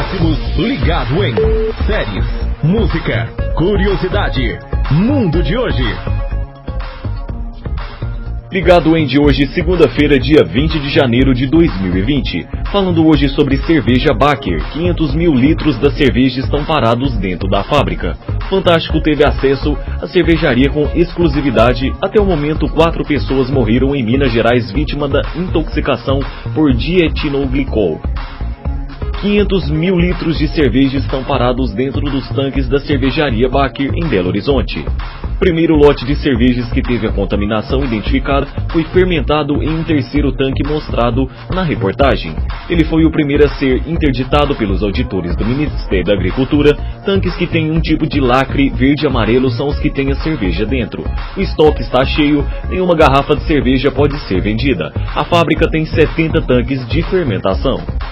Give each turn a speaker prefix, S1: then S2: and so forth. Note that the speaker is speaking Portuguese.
S1: Máximos ligado em séries, música, curiosidade, mundo de hoje.
S2: Ligado em de hoje, segunda-feira, dia 20 de janeiro de 2020. Falando hoje sobre cerveja Baker. 500 mil litros da cerveja estão parados dentro da fábrica. Fantástico teve acesso à cervejaria com exclusividade. Até o momento, 4 pessoas morreram em Minas Gerais vítima da intoxicação por dietilenglicol. 500 mil litros de cerveja estão parados dentro dos tanques da cervejaria Baker em Belo Horizonte. O primeiro lote de cervejas que teve a contaminação identificada foi fermentado em um terceiro tanque mostrado na reportagem. Ele foi o primeiro a ser interditado pelos auditores do Ministério da Agricultura. Tanques que têm um tipo de lacre verde e amarelo são os que têm a cerveja dentro. O estoque está cheio, nenhuma garrafa de cerveja pode ser vendida. A fábrica tem 70 tanques de fermentação.